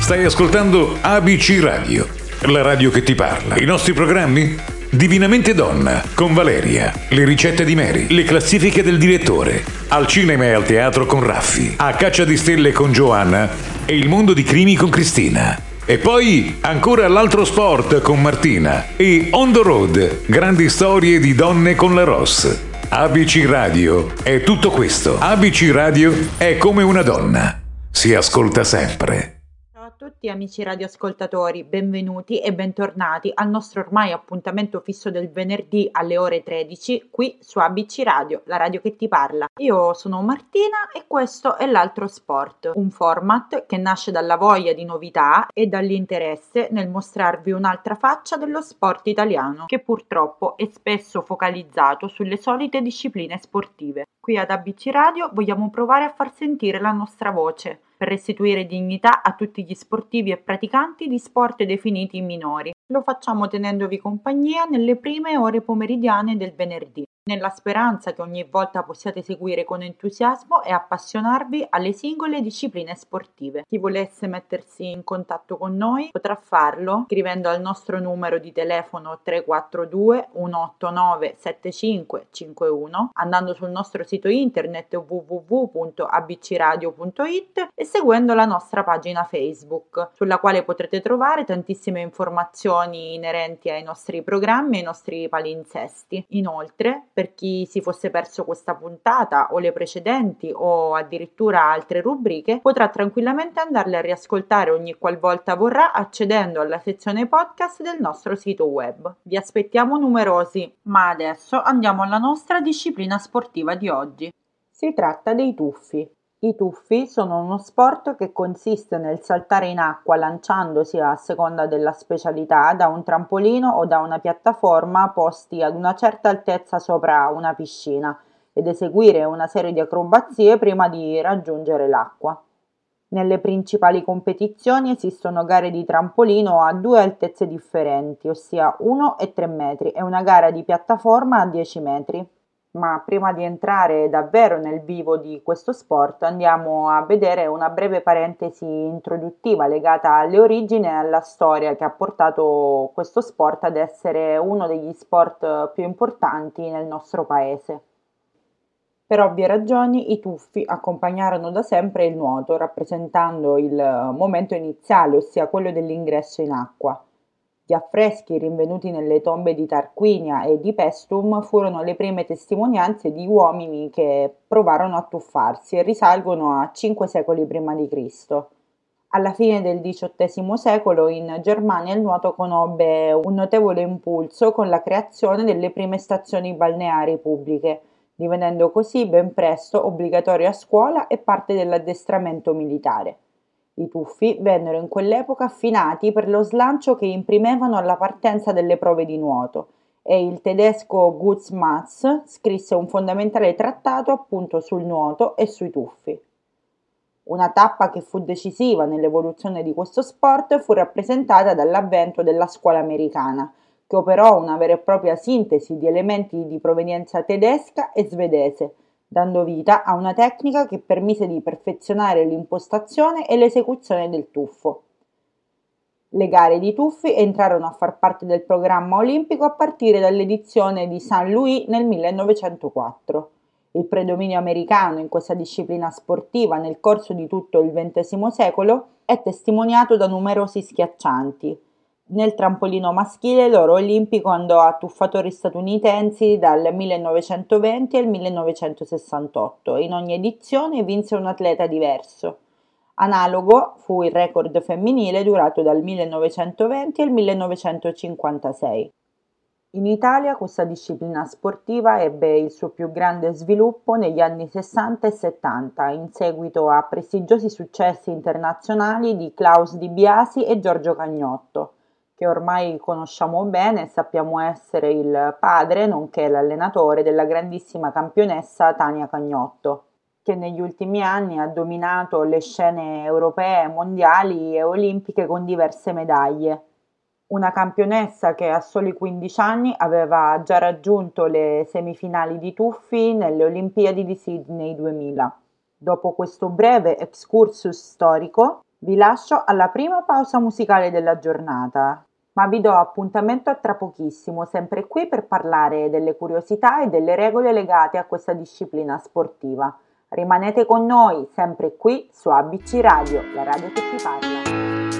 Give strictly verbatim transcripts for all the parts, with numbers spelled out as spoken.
Stai ascoltando A B C Radio, la radio che ti parla. I nostri programmi? Divinamente Donna, con Valeria. Le ricette di Mary. Le classifiche del direttore. Al cinema e al teatro con Raffi. A caccia di stelle con Giovanna. E il mondo di crimi con Cristina. E poi ancora l'altro sport con Martina. E On the Road, grandi storie di donne con la Ross. A B C Radio è tutto questo. A B C Radio è come una donna. Si ascolta sempre. Ciao a tutti amici radioascoltatori, benvenuti e bentornati al nostro ormai appuntamento fisso del venerdì alle ore tredici qui su A B C Radio, la radio che ti parla. Io sono Martina e questo è l'altro sport, un format che nasce dalla voglia di novità e dall'interesse nel mostrarvi un'altra faccia dello sport italiano, che purtroppo è spesso focalizzato sulle solite discipline sportive. Qui ad A B C Radio vogliamo provare a far sentire la nostra voce, per restituire dignità a tutti gli sportivi e praticanti di sport definiti minori. Lo facciamo tenendovi compagnia nelle prime ore pomeridiane del venerdì, nella speranza che ogni volta possiate seguire con entusiasmo e appassionarvi alle singole discipline sportive. Chi volesse mettersi in contatto con noi potrà farlo scrivendo al nostro numero di telefono tre quattro due uno otto nove sette cinque cinque uno, andando sul nostro sito internet w w w punto a b c radio punto i t e seguendo la nostra pagina Facebook, sulla quale potrete trovare tantissime informazioni inerenti ai nostri programmi e ai nostri palinsesti. Inoltre, per chi si fosse perso questa puntata o le precedenti o addirittura altre rubriche, potrà tranquillamente andarle a riascoltare ogni qualvolta vorrà accedendo alla sezione podcast del nostro sito web. Vi aspettiamo numerosi, ma adesso andiamo alla nostra disciplina sportiva di oggi. Si tratta dei tuffi. I tuffi sono uno sport che consiste nel saltare in acqua lanciandosi a seconda della specialità da un trampolino o da una piattaforma posti ad una certa altezza sopra una piscina ed eseguire una serie di acrobazie prima di raggiungere l'acqua. Nelle principali competizioni esistono gare di trampolino a due altezze differenti, ossia uno e tre metri, e una gara di piattaforma a dieci metri. Ma prima di entrare davvero nel vivo di questo sport andiamo a vedere una breve parentesi introduttiva legata alle origini e alla storia che ha portato questo sport ad essere uno degli sport più importanti nel nostro paese. Per ovvie ragioni i tuffi accompagnarono da sempre il nuoto, rappresentando il momento iniziale, ossia quello dell'ingresso in acqua. Gli affreschi rinvenuti nelle tombe di Tarquinia e di Paestum furono le prime testimonianze di uomini che provarono a tuffarsi e risalgono a cinque secoli prima di Cristo. Alla fine del diciottesimo secolo in Germania il nuoto conobbe un notevole impulso con la creazione delle prime stazioni balneari pubbliche, divenendo così ben presto obbligatorio a scuola e parte dell'addestramento militare. I tuffi vennero in quell'epoca affinati per lo slancio che imprimevano alla partenza delle prove di nuoto e il tedesco Götz Matz scrisse un fondamentale trattato appunto sul nuoto e sui tuffi. Una tappa che fu decisiva nell'evoluzione di questo sport fu rappresentata dall'avvento della scuola americana, che operò una vera e propria sintesi di elementi di provenienza tedesca e svedese, dando vita a una tecnica che permise di perfezionare l'impostazione e l'esecuzione del tuffo. Le gare di tuffi entrarono a far parte del programma olimpico a partire dall'edizione di Saint Louis nel millenovecentoquattro. Il predominio americano in questa disciplina sportiva nel corso di tutto il ventesimo secolo è testimoniato da numerosi schiaccianti. Nel trampolino maschile l'oro olimpico andò a tuffatori statunitensi dal millenovecentoventi al millenovecentosessantotto e in ogni edizione vinse un atleta diverso. Analogo fu il record femminile durato dal millenovecentoventi al millenovecentocinquantasei. In Italia questa disciplina sportiva ebbe il suo più grande sviluppo negli anni sessanta e settanta, in seguito a prestigiosi successi internazionali di Klaus Di Biasi e Giorgio Cagnotto, che ormai conosciamo bene e sappiamo essere il padre, nonché l'allenatore della grandissima campionessa Tania Cagnotto, che negli ultimi anni ha dominato le scene europee, mondiali e olimpiche con diverse medaglie. Una campionessa che a soli quindici anni aveva già raggiunto le semifinali di tuffi nelle Olimpiadi di Sydney duemila. Dopo questo breve excursus storico, Vi lascio alla prima pausa musicale della giornata, ma vi do appuntamento a tra pochissimo, sempre qui per parlare delle curiosità e delle regole legate a questa disciplina sportiva. Rimanete con noi, sempre qui su A B C Radio, la radio che ti parla.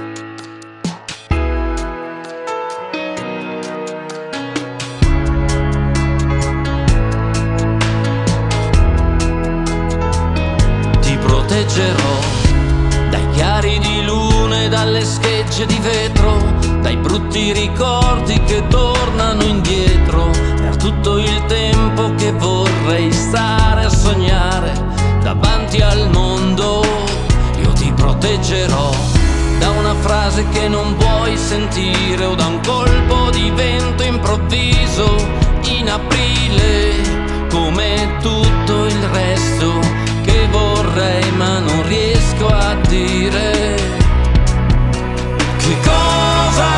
Proteggerò dai chiari di luna e dalle schegge di vetro, dai brutti ricordi che tornano indietro, per tutto il tempo che vorrei stare a sognare davanti al mondo. Io ti proteggerò da una frase che non vuoi sentire o da un colpo di vento improvviso in aprile, come tutto il resto che vorrei ma non riesco a dire. Che cosa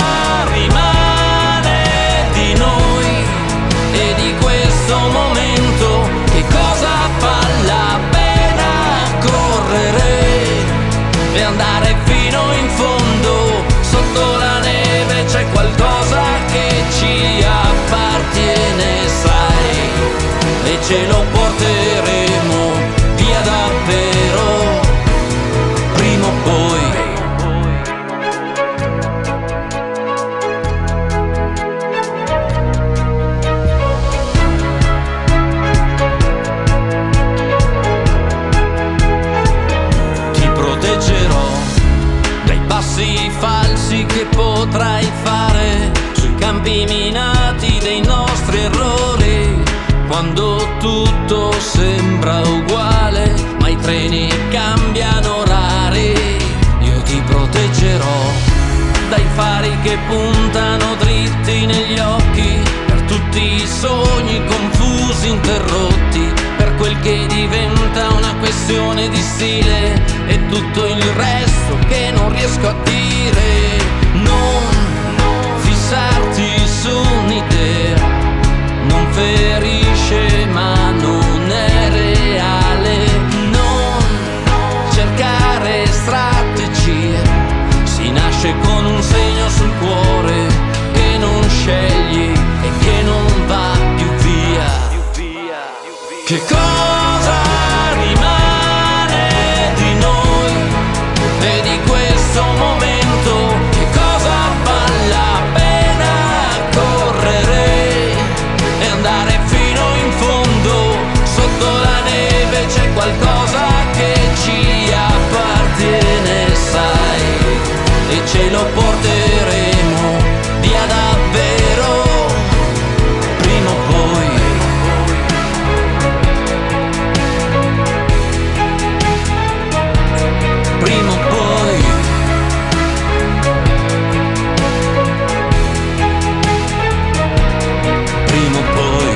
rimane di noi e di questo momento? Che cosa vale la pena correre e andare fino in fondo? Sotto la neve c'è qualcosa che ci appartiene, sai, e ce lo porteremo via davvero, prima o poi. Ti proteggerò dai passi falsi che potrai fare sui campi minati dei nostri errori, quando tutto sembra uguale, ma i treni cambiano orari. Io ti proteggerò dai fari che puntano dritti negli occhi, per tutti i sogni confusi, interrotti, per quel che diventa una questione di stile e tutto il resto che non riesco a dire. Non fissarti su un'idea, non ferisce ma non è reale, non cercare strategie, si nasce con un segno sul cuore che non scegli e che non va più via. Che cosa rimane di noi e di questo momento? Che cosa vale la pena correre e andare fino in fondo? Sotto la neve c'è qualcosa che ci appartiene, sai, e ce lo porteremo via davvero, prima o poi. Prima o poi. Prima o poi.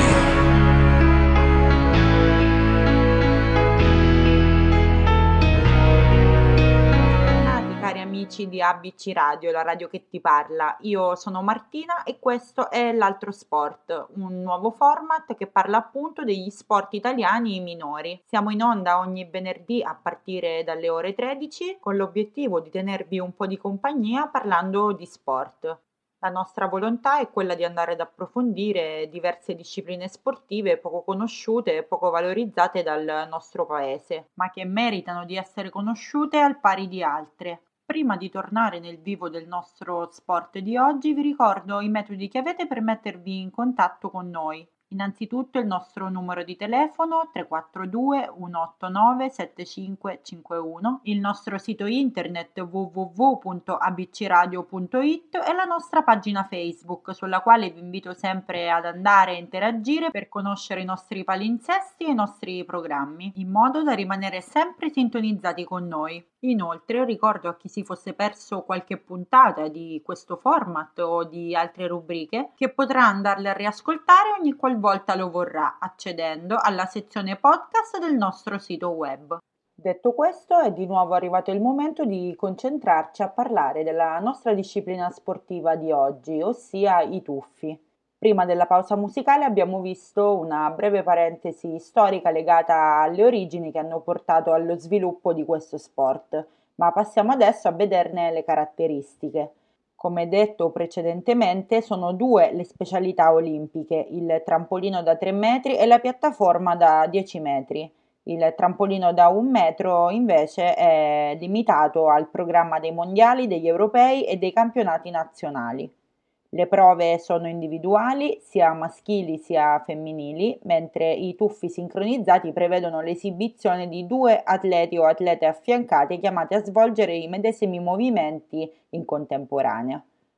Bentornati cari amici di A B C Radio, la radio che ti parla. Io sono Martina e questo è l'Altro Sport, un nuovo format che parla appunto degli sport italiani minori. Siamo in onda ogni venerdì a partire dalle ore tredici con l'obiettivo di tenervi un po' di compagnia parlando di sport. La nostra volontà è quella di andare ad approfondire diverse discipline sportive poco conosciute e poco valorizzate dal nostro paese, ma che meritano di essere conosciute al pari di altre. Prima di tornare nel vivo del nostro sport di oggi, vi ricordo i metodi che avete per mettervi in contatto con noi. Innanzitutto il nostro numero di telefono tre quattro due uno otto nove sette cinque cinque uno, il nostro sito internet w w w punto a b c radio punto i t e la nostra pagina Facebook, sulla quale vi invito sempre ad andare a interagire per conoscere i nostri palinsesti e i nostri programmi, in modo da rimanere sempre sintonizzati con noi. Inoltre ricordo a chi si fosse perso qualche puntata di questo format o di altre rubriche che potrà andarle a riascoltare ogni qualvolta lo vorrà, accedendo alla sezione podcast del nostro sito web. Detto questo, è di nuovo arrivato il momento di concentrarci a parlare della nostra disciplina sportiva di oggi, ossia i tuffi. Prima della pausa musicale abbiamo visto una breve parentesi storica legata alle origini che hanno portato allo sviluppo di questo sport. Ma passiamo adesso a vederne le caratteristiche. Come detto precedentemente, sono due le specialità olimpiche, il trampolino da tre metri e la piattaforma da dieci metri. Il trampolino da un metro invece è limitato al programma dei mondiali, degli europei e dei campionati nazionali. Le prove sono individuali, sia maschili sia femminili, mentre i tuffi sincronizzati prevedono l'esibizione di due atleti o atlete affiancate chiamati a svolgere i medesimi movimenti in contemporanea.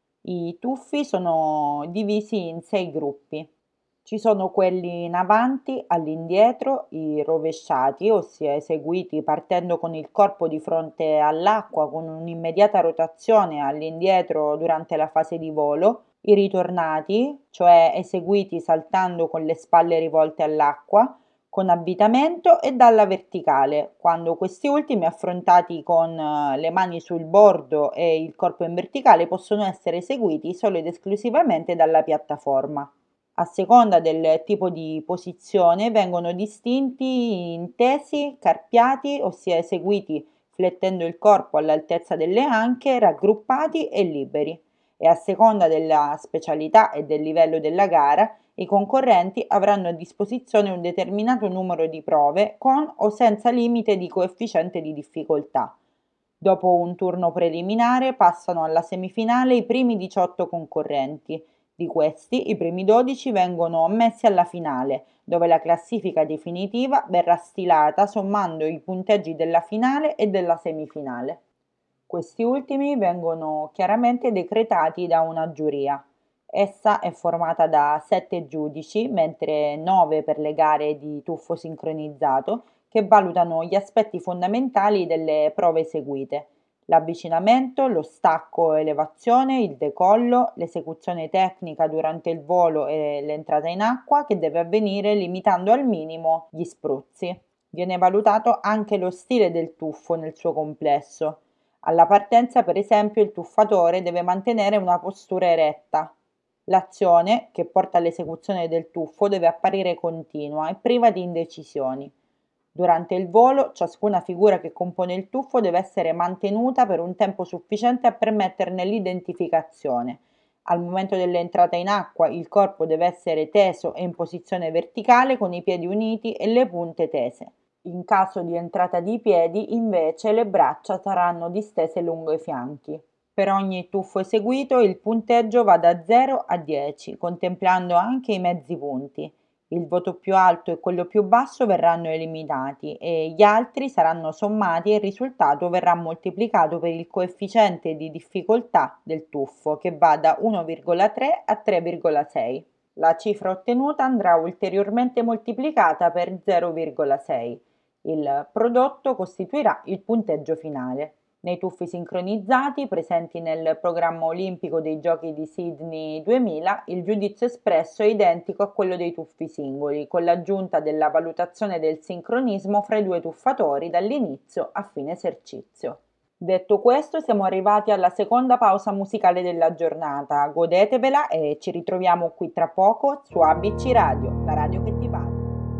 I tuffi sono divisi in sei gruppi. Ci sono quelli in avanti, all'indietro, i rovesciati, ossia eseguiti partendo con il corpo di fronte all'acqua con un'immediata rotazione all'indietro durante la fase di volo, i ritornati, cioè eseguiti saltando con le spalle rivolte all'acqua, con avvitamento e dalla verticale, quando questi ultimi affrontati con le mani sul bordo e il corpo in verticale possono essere eseguiti solo ed esclusivamente dalla piattaforma. A seconda del tipo di posizione vengono distinti in tesi, carpiati, ossia eseguiti flettendo il corpo all'altezza delle anche, raggruppati e liberi. E a seconda della specialità e del livello della gara, i concorrenti avranno a disposizione un determinato numero di prove con o senza limite di coefficiente di difficoltà. Dopo un turno preliminare passano alla semifinale i primi diciotto concorrenti. Di questi, i primi dodici vengono ammessi alla finale, dove la classifica definitiva verrà stilata sommando i punteggi della finale e della semifinale. Questi ultimi vengono chiaramente decretati da una giuria. Essa è formata da sette giudici, mentre nove per le gare di tuffo sincronizzato, che valutano gli aspetti fondamentali delle prove eseguite: l'avvicinamento, lo stacco elevazione, il decollo, l'esecuzione tecnica durante il volo e l'entrata in acqua, che deve avvenire limitando al minimo gli spruzzi. Viene valutato anche lo stile del tuffo nel suo complesso. Alla partenza, per esempio, il tuffatore deve mantenere una postura eretta. L'azione, che porta all'esecuzione del tuffo, deve apparire continua e priva di indecisioni. Durante il volo, ciascuna figura che compone il tuffo deve essere mantenuta per un tempo sufficiente a permetterne l'identificazione. Al momento dell'entrata in acqua, il corpo deve essere teso e in posizione verticale con i piedi uniti e le punte tese. In caso di entrata di piedi, invece, le braccia saranno distese lungo i fianchi. Per ogni tuffo eseguito il punteggio va da zero a dieci, contemplando anche i mezzi punti. Il voto più alto e quello più basso verranno eliminati e gli altri saranno sommati e il risultato verrà moltiplicato per il coefficiente di difficoltà del tuffo, che va da uno virgola tre a tre virgola sei. La cifra ottenuta andrà ulteriormente moltiplicata per zero virgola sei. Il prodotto costituirà il punteggio finale. Nei tuffi sincronizzati, presenti nel programma olimpico dei Giochi di Sydney duemila, il giudizio espresso è identico a quello dei tuffi singoli, con l'aggiunta della valutazione del sincronismo fra i due tuffatori dall'inizio a fine esercizio. Detto questo, siamo arrivati alla seconda pausa musicale della giornata. Godetevela e ci ritroviamo qui tra poco su A B C Radio, la radio che ti parla.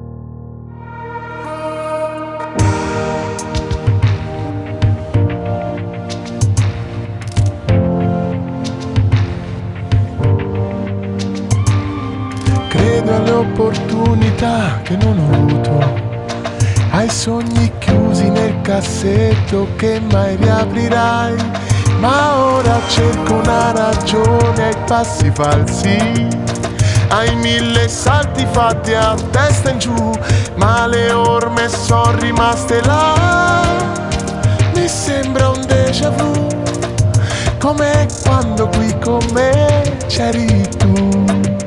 Credo alle opportunità che non ho avuto, ai sogni chiusi nel cassetto che mai riaprirai, ma ora cerco una ragione ai passi falsi, ai mille salti fatti a testa in giù, ma le orme sono rimaste là. Mi sembra un déjà vu, come quando qui con me c'eri tu.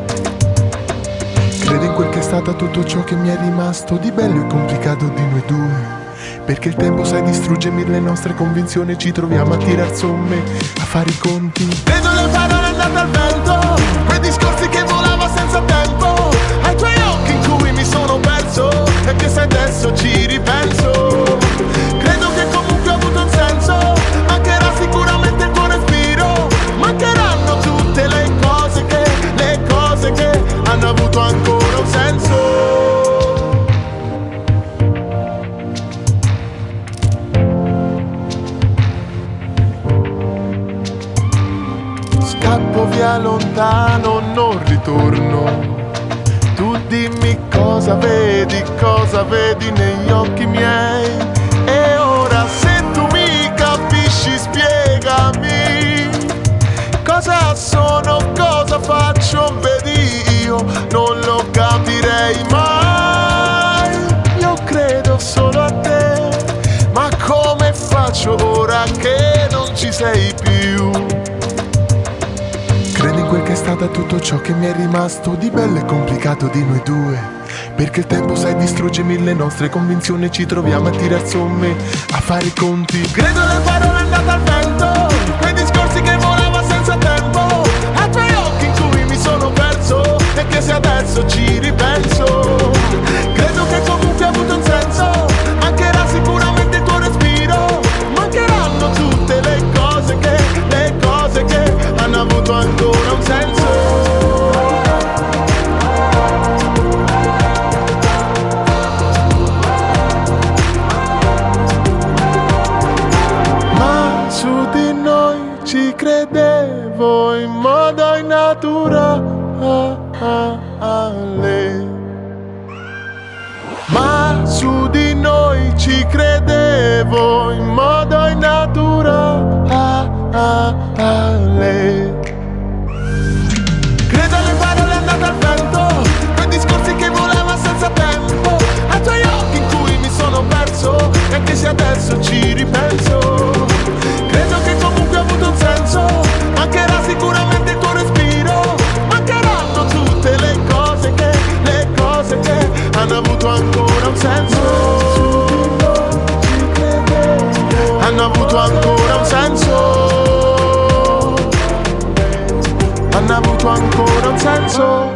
Credo in quel che è stato tutto ciò che mi è rimasto di bello e complicato di noi due, perché il tempo sai distruggermi le nostre convinzioni e ci troviamo a tirar somme, a fare i conti. Vedo le parole andate al vento, quei discorsi che volava senza tempo, ai tuoi occhi in cui mi sono perso, e che se adesso ci ripenso, credo che comunque ha avuto un senso, mancherà sicuramente il tuo respiro, mancheranno tutte le cose che, le cose che hanno avuto ancora un senso. lontano non ritorno. Tu dimmi cosa vedi, cosa vedi negli occhi miei. E ora se tu mi capisci spiegami cosa sono, cosa faccio, vedi io non lo capirei mai. Io credo solo a te, ma come faccio ora che non ci sei più? Credo in quel che è stato tutto ciò che mi è rimasto di bello e complicato di noi due, perché il tempo sai distrugge mille nostre convinzioni, ci troviamo a tirar somme, a fare i conti. Credo le parole andate al vento, quei discorsi che volava senza tempo, a tuoi occhi in cui mi sono perso, e che se adesso ci ripenso, credo che comunque ha avuto un senso, mancherà sicuramente il tuo respiro, mancheranno tutte le cose che, le cose che hanno avuto ancora un senso. Ma su di noi ci credevo in modo innaturale. Ma su di noi ci credevo in modo innaturale. Credo alle parole andate al vento, quei discorsi che volava senza tempo, ai tuoi occhi in cui mi sono perso, e anche se adesso ci ripenso, credo che comunque ha avuto un senso, mancherà sicuramente il tuo respiro, mancheranno tutte le cose che, le cose che hanno avuto ancora un senso, hanno avuto ancora un senso, hanno avuto ancora un senso.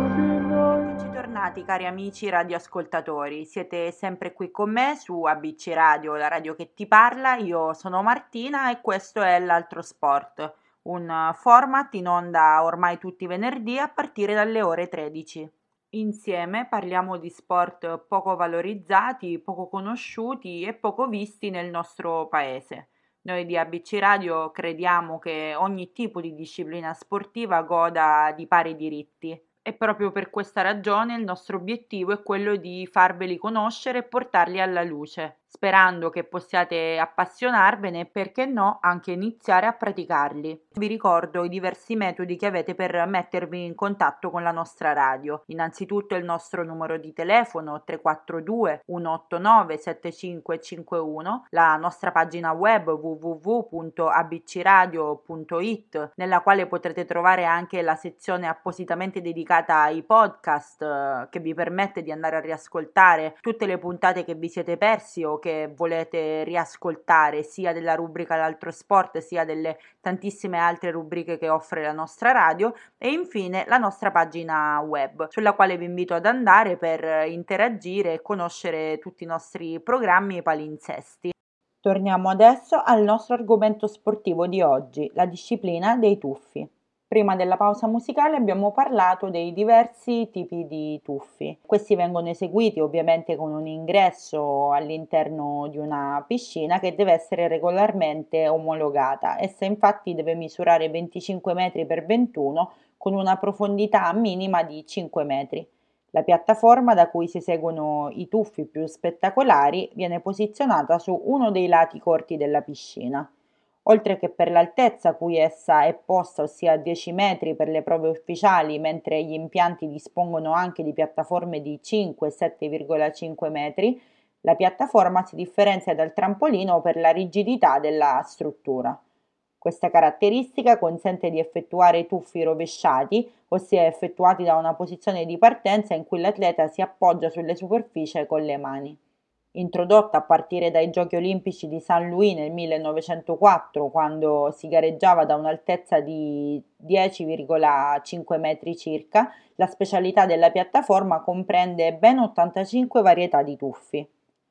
Eccoci tornati, cari amici radioascoltatori, siete sempre qui con me su A B C Radio, la radio che ti parla. Io sono Martina e questo è L'Altro Sport, un format in onda ormai tutti i venerdì a partire dalle ore tredici. Insieme parliamo di sport poco valorizzati, poco conosciuti e poco visti nel nostro paese. Noi di A B C Radio crediamo che ogni tipo di disciplina sportiva goda di pari diritti. E proprio per questa ragione il nostro obiettivo è quello di farveli conoscere e portarli alla luce, sperando che possiate appassionarvene e, perché no, anche iniziare a praticarli. Vi ricordo i diversi metodi che avete per mettervi in contatto con la nostra radio. Innanzitutto il nostro numero di telefono tre quattro due uno otto nove sette cinque cinque uno, la nostra pagina web w w w punto a b c radio punto i t, nella quale potrete trovare anche la sezione appositamente dedicata ai podcast, eh, che vi permette di andare a riascoltare tutte le puntate che vi siete persi o che volete riascoltare, sia della rubrica L'Altro Sport sia delle tantissime altre rubriche che offre la nostra radio, e infine la nostra pagina web, sulla quale vi invito ad andare per interagire e conoscere tutti i nostri programmi e palinsesti. Torniamo adesso al nostro argomento sportivo di oggi, la disciplina dei tuffi. Prima della pausa musicale abbiamo parlato dei diversi tipi di tuffi. Questi vengono eseguiti ovviamente con un ingresso all'interno di una piscina che deve essere regolarmente omologata. Essa infatti deve misurare venticinque metri per ventuno con una profondità minima di cinque metri. La piattaforma da cui si eseguono i tuffi più spettacolari viene posizionata su uno dei lati corti della piscina. Oltre che per l'altezza a cui essa è posta, ossia dieci metri per le prove ufficiali, mentre gli impianti dispongono anche di piattaforme di cinque e sette virgola cinque metri, la piattaforma si differenzia dal trampolino per la rigidità della struttura. Questa caratteristica consente di effettuare i tuffi rovesciati, ossia effettuati da una posizione di partenza in cui l'atleta si appoggia sulle superfici con le mani. Introdotta a partire dai Giochi Olimpici di San Luis nel millenovecentoquattro, quando si gareggiava da un'altezza di dieci virgola cinque metri circa, la specialità della piattaforma comprende ben ottantacinque varietà di tuffi.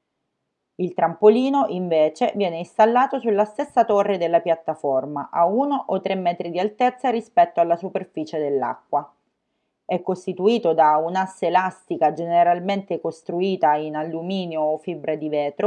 Il trampolino, invece, viene installato sulla stessa torre della piattaforma, a uno o tre metri di altezza rispetto alla superficie dell'acqua. È costituito da un'asse elastica generalmente costruita in alluminio o fibra di vetro,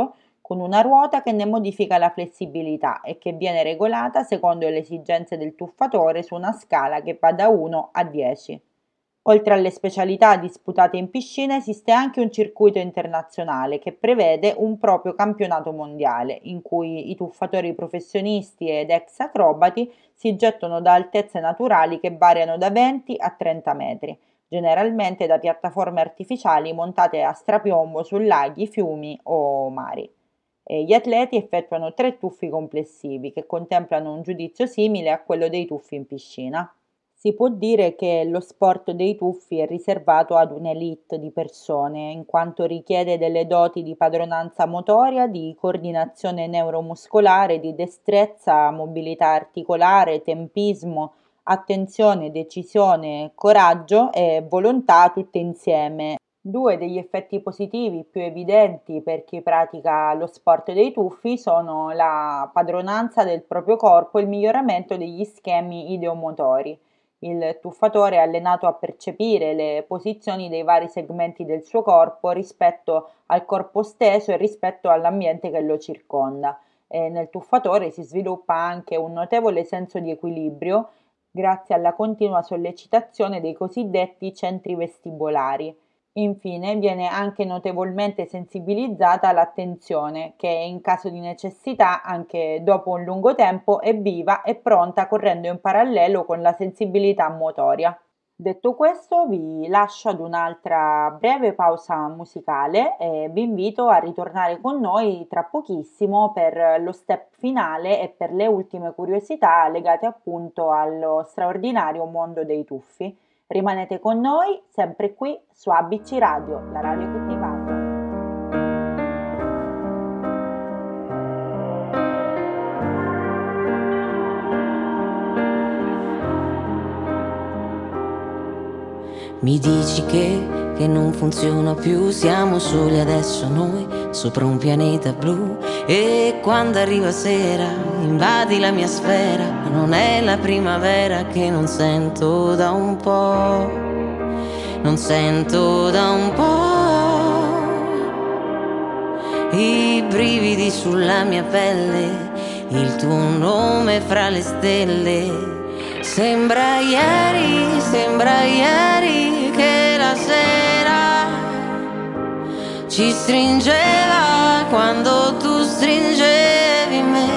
con una ruota che ne modifica la flessibilità e che viene regolata secondo le esigenze del tuffatore su una scala che va da uno a dieci. Oltre alle specialità disputate in piscina esiste anche un circuito internazionale che prevede un proprio campionato mondiale in cui i tuffatori professionisti ed ex acrobati si gettano da altezze naturali che variano da venti a trenta metri, generalmente da piattaforme artificiali montate a strapiombo su laghi, fiumi o mari. E gli atleti effettuano tre tuffi complessivi che contemplano un giudizio simile a quello dei tuffi in piscina. Si può dire che lo sport dei tuffi è riservato ad un'elite di persone, in quanto richiede delle doti di padronanza motoria, di coordinazione neuromuscolare, di destrezza, mobilità articolare, tempismo, attenzione, decisione, coraggio e volontà tutte insieme. Due degli effetti positivi più evidenti per chi pratica lo sport dei tuffi sono la padronanza del proprio corpo e il miglioramento degli schemi ideomotori. Il tuffatore è allenato a percepire le posizioni dei vari segmenti del suo corpo rispetto al corpo steso e rispetto all'ambiente che lo circonda. E nel tuffatore si sviluppa anche un notevole senso di equilibrio grazie alla continua sollecitazione dei cosiddetti centri vestibolari. Infine viene anche notevolmente sensibilizzata l'attenzione che in caso di necessità, anche dopo un lungo tempo, è viva e pronta correndo in parallelo con la sensibilità motoria. Detto questo, vi lascio ad un'altra breve pausa musicale e vi invito a ritornare con noi tra pochissimo per lo step finale e per le ultime curiosità legate appunto allo straordinario mondo dei tuffi. Rimanete con noi, sempre qui su A B C Radio, la radio che ti parla. Mi dici che, che non funziona più, siamo soli adesso noi, sopra un pianeta blu. E quando arriva sera, invadi la mia sfera, non è la primavera che non sento da un po', non sento da un po'. I brividi sulla mia pelle, il tuo nome fra le stelle. Sembra ieri, sembra ieri che la sera ci stringeva quando tu stringevi me.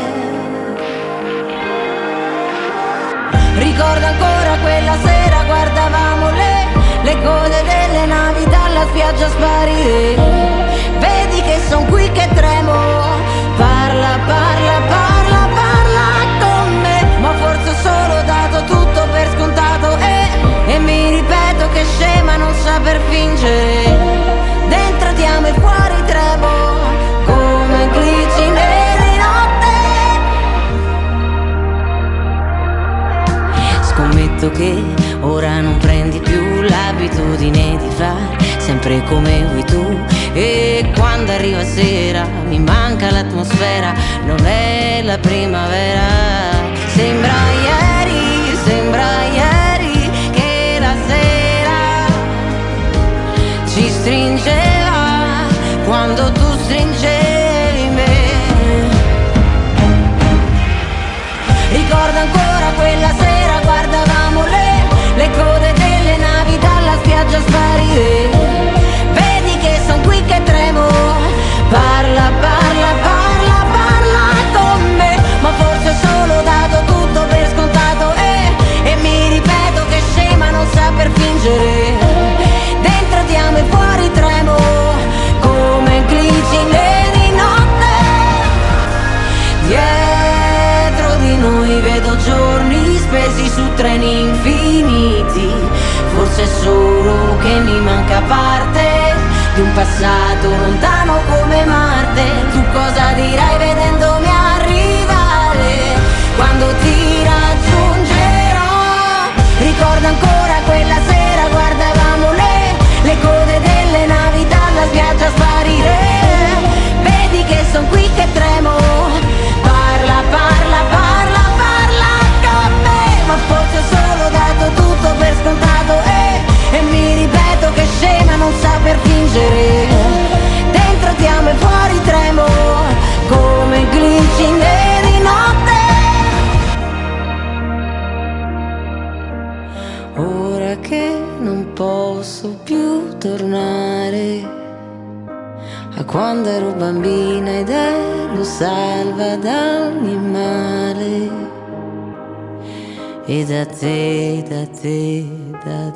Ricordo ancora quella sera, guardavamo le, le code delle navi dalla spiaggia sparire. Vedi che son qui che tremo, parla, parla, parla, parla con me. Ma forse ho solo dato tutto per scontato e, e mi ripeto che scema non saper fingere. Dentro ti amo e fuori tremo, come glici neri notte. Scommetto che ora non prendi più l'abitudine di fare sempre come vuoi tu. E quando arriva sera mi manca l'atmosfera, non è la primavera. Sembra ieri, sembra ieri che la sera ci stringeva quando tu stringevi me. Ricordo ancora quella sera, guardavamo le, le code delle navi dalla spiaggia sparire. Vedi che son qui che tremo, parla, parla, parla, parla con me. Ma forse ho solo dato tutto per scontato e, e mi ripeto che scema non saper fingere. Dentro ti amo e fuori tremo, come glicine di notte. Dietro di noi vedo giorni spesi su treni infiniti. Forse è solo che mi manca parte di un passato lontano come Marte. Tu cosa dirai vedendomi arrivare quando ti raggiungerò? Ricordo ancora quella sera, guardavamo le, le code delle navi dalla spiaggia sparire. Vedi che son qui che tremo, parla, parla, parla, parla con me. Ma forse ho solo dato tutto per scontato e, e mi ripeto che scema non sa tornare a quando ero bambina ed ero salva da ogni male. E da te, da te, da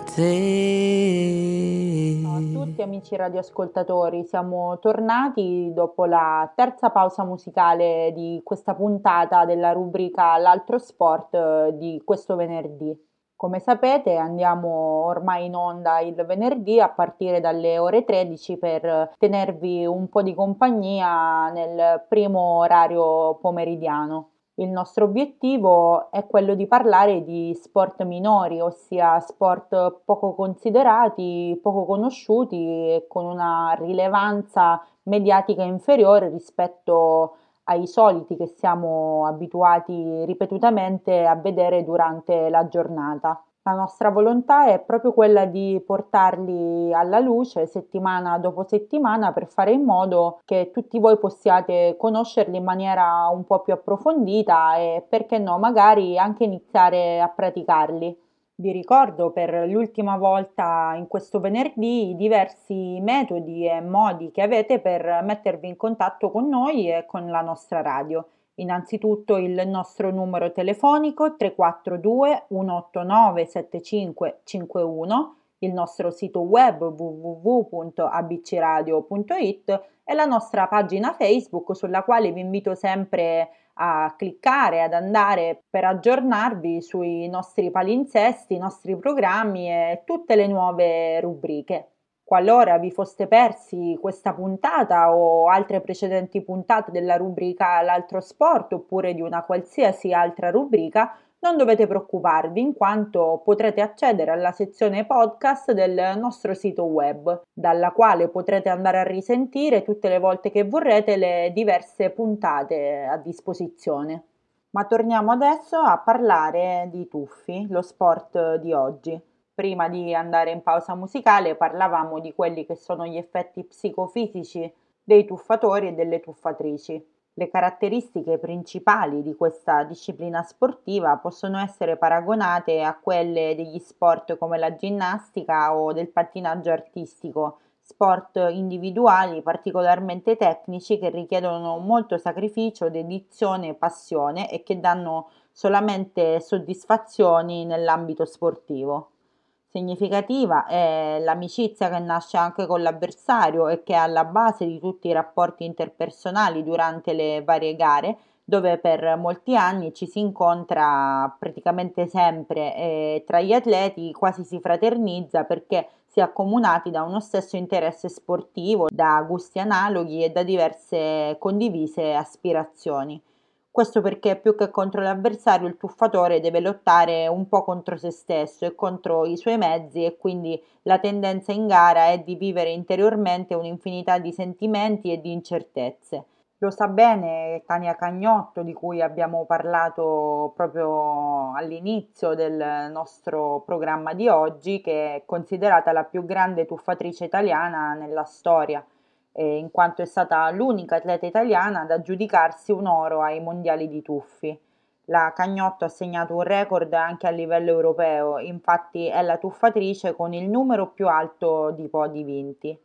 te. Ciao a tutti amici radioascoltatori, siamo tornati dopo la terza pausa musicale di questa puntata della rubrica L'altro sport eh, di questo venerdì. Come sapete andiamo ormai in onda il venerdì a partire dalle ore tredici per tenervi un po' di compagnia nel primo orario pomeridiano. Il nostro obiettivo è quello di parlare di sport minori, ossia sport poco considerati, poco conosciuti e con una rilevanza mediatica inferiore rispetto ai soliti che siamo abituati ripetutamente a vedere durante la giornata. La nostra volontà è proprio quella di portarli alla luce settimana dopo settimana per fare in modo che tutti voi possiate conoscerli in maniera un po' più approfondita e perché no, magari anche iniziare a praticarli. Vi ricordo per l'ultima volta in questo venerdì i diversi metodi e modi che avete per mettervi in contatto con noi e con la nostra radio. Innanzitutto il nostro numero telefonico tre quattro due uno otto nove sette cinque cinque uno, il nostro sito web w w w punto a b c radio punto i t e la nostra pagina Facebook sulla quale vi invito sempre a cliccare, ad andare per aggiornarvi sui nostri palinsesti, i nostri programmi e tutte le nuove rubriche. Qualora vi foste persi questa puntata o altre precedenti puntate della rubrica L'altro sport oppure di una qualsiasi altra rubrica, non dovete preoccuparvi in quanto potrete accedere alla sezione podcast del nostro sito web, dalla quale potrete andare a risentire tutte le volte che vorrete le diverse puntate a disposizione. Ma torniamo adesso a parlare di tuffi, lo sport di oggi. Prima di andare in pausa musicale parlavamo di quelli che sono gli effetti psicofisici dei tuffatori e delle tuffatrici. Le caratteristiche principali di questa disciplina sportiva possono essere paragonate a quelle degli sport come la ginnastica o del pattinaggio artistico, sport individuali particolarmente tecnici che richiedono molto sacrificio, dedizione e passione e che danno solamente soddisfazioni nell'ambito sportivo. Significativa è l'amicizia che nasce anche con l'avversario e che è alla base di tutti i rapporti interpersonali durante le varie gare, dove per molti anni ci si incontra praticamente sempre e tra gli atleti quasi si fraternizza perché si è accomunati da uno stesso interesse sportivo, da gusti analoghi e da diverse condivise aspirazioni. Questo perché più che contro l'avversario il tuffatore deve lottare un po' contro se stesso e contro i suoi mezzi e quindi la tendenza in gara è di vivere interiormente un'infinità di sentimenti e di incertezze. Lo sa bene Tania Cagnotto, di cui abbiamo parlato proprio all'inizio del nostro programma di oggi, che è considerata la più grande tuffatrice italiana nella storia. Eh, in quanto è stata l'unica atleta italiana ad aggiudicarsi un oro ai mondiali di tuffi. La Cagnotto ha segnato un record anche a livello europeo, infatti è la tuffatrice con il numero più alto di podi vinti.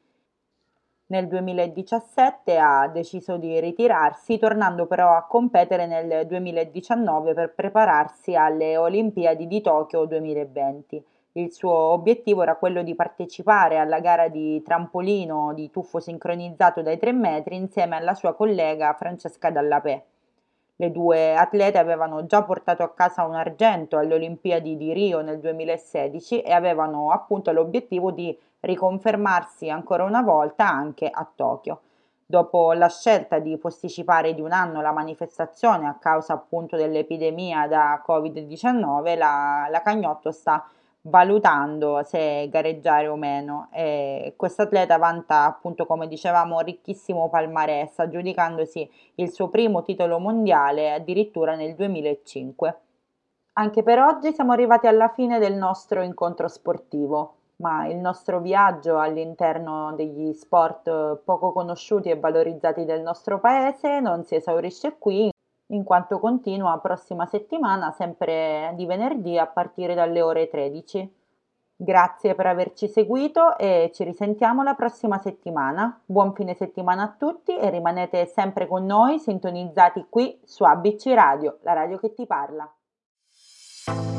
Nel duemiladiciassette ha deciso di ritirarsi, tornando però a competere nel duemiladiciannove per prepararsi alle Olimpiadi di Tokyo duemilaventi. Il suo obiettivo era quello di partecipare alla gara di trampolino di tuffo sincronizzato dai tre metri insieme alla sua collega Francesca Dallapè. Le due atlete avevano già portato a casa un argento alle Olimpiadi di Rio nel duemilasedici e avevano appunto l'obiettivo di riconfermarsi ancora una volta anche a Tokyo. Dopo la scelta di posticipare di un anno la manifestazione a causa appunto dell'epidemia da covid diciannove, la, la Cagnotto sta valutando se gareggiare o meno e questa atleta vanta appunto, come dicevamo, un ricchissimo palmarès, aggiudicandosi il suo primo titolo mondiale addirittura nel duemilacinque. Anche per oggi siamo arrivati alla fine del nostro incontro sportivo, ma il nostro viaggio all'interno degli sport poco conosciuti e valorizzati del nostro paese non si esaurisce qui, in quanto continua prossima settimana, sempre di venerdì a partire dalle ore tredici. Grazie per averci seguito e ci risentiamo la prossima settimana. Buon fine settimana a tutti e rimanete sempre con noi sintonizzati qui su A B C Radio, la radio che ti parla.